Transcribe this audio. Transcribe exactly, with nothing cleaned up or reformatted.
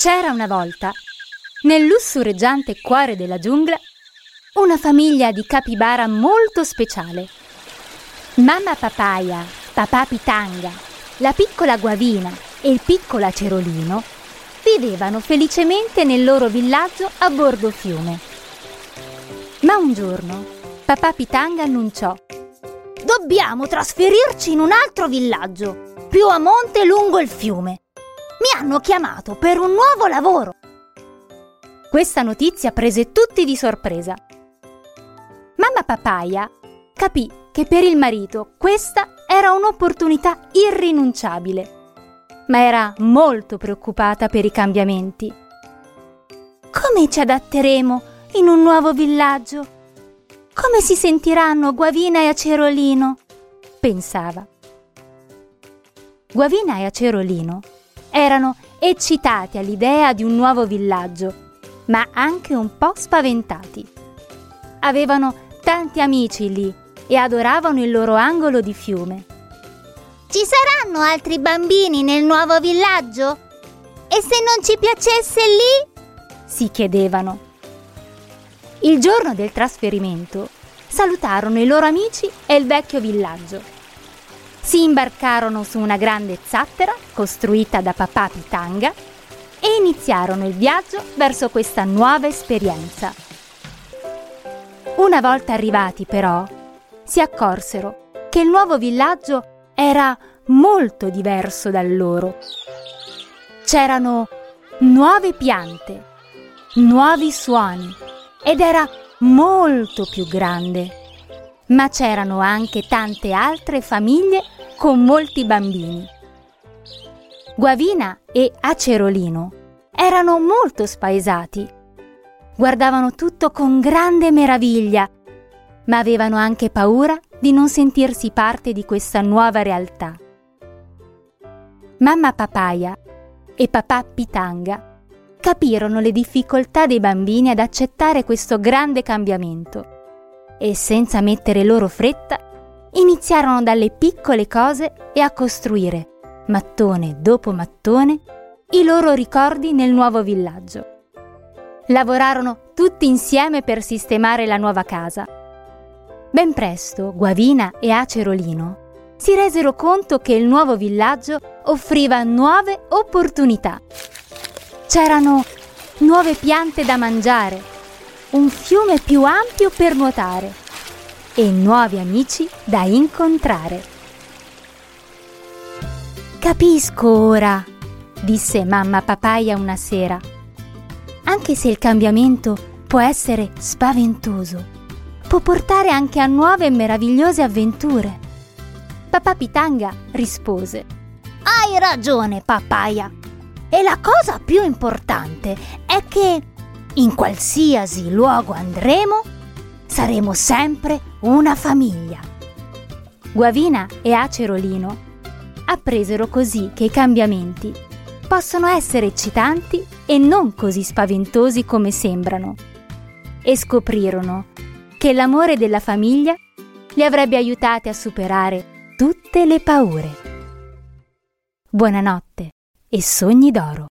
C'era una volta, nel lussureggiante cuore della giungla, una famiglia di capibara molto speciale. Mamma Papaya, papà Pitanga, la piccola Guavina e il piccolo Acerolino vivevano felicemente nel loro villaggio a bordo fiume. Ma un giorno papà Pitanga annunciò: «Dobbiamo trasferirci in un altro villaggio, più a monte lungo il fiume. Mi hanno chiamato per un nuovo lavoro». Questa notizia prese tutti di sorpresa. Mamma Papaya capì che per il marito questa era un'opportunità irrinunciabile, ma era molto preoccupata per i cambiamenti. «Come ci adatteremo in un nuovo villaggio? Come si sentiranno Guavina e Acerolino?» pensava. Guavina e Acerolino erano eccitati all'idea di un nuovo villaggio, ma anche un po' spaventati. Avevano tanti amici lì e adoravano il loro angolo di fiume. «Ci saranno altri bambini nel nuovo villaggio? E se non ci piacesse lì?» si chiedevano. Il giorno del trasferimento salutarono i loro amici e il vecchio villaggio. Si imbarcarono su una grande zattera costruita da papà Pitanga e iniziarono il viaggio verso questa nuova esperienza. Una volta arrivati, però, si accorsero che il nuovo villaggio era molto diverso dal loro. C'erano nuove piante, nuovi suoni ed era molto più grande. Ma c'erano anche tante altre famiglie con molti bambini. Guavina e Acerolino erano molto spaesati. Guardavano tutto con grande meraviglia, ma avevano anche paura di non sentirsi parte di questa nuova realtà. Mamma Papaya e papà Pitanga capirono le difficoltà dei bambini ad accettare questo grande cambiamento e, senza mettere loro fretta, iniziarono dalle piccole cose e a costruire, mattone dopo mattone, i loro ricordi nel nuovo villaggio. Lavorarono tutti insieme per sistemare la nuova casa. Ben presto Guavina e Acerolino si resero conto che il nuovo villaggio offriva nuove opportunità. C'erano nuove piante da mangiare, un fiume più ampio per nuotare e nuovi amici da incontrare. «Capisco ora», disse mamma Papaya una sera. «Anche se il cambiamento può essere spaventoso, può portare anche a nuove e meravigliose avventure». Papà Pitanga rispose: «Hai ragione, Papaya. E la cosa più importante è che in qualsiasi luogo andremo, saremo sempre una famiglia». Guavina e Acerolino appresero così che i cambiamenti possono essere eccitanti e non così spaventosi come sembrano, e scoprirono che l'amore della famiglia li avrebbe aiutati a superare tutte le paure. Buonanotte e sogni d'oro.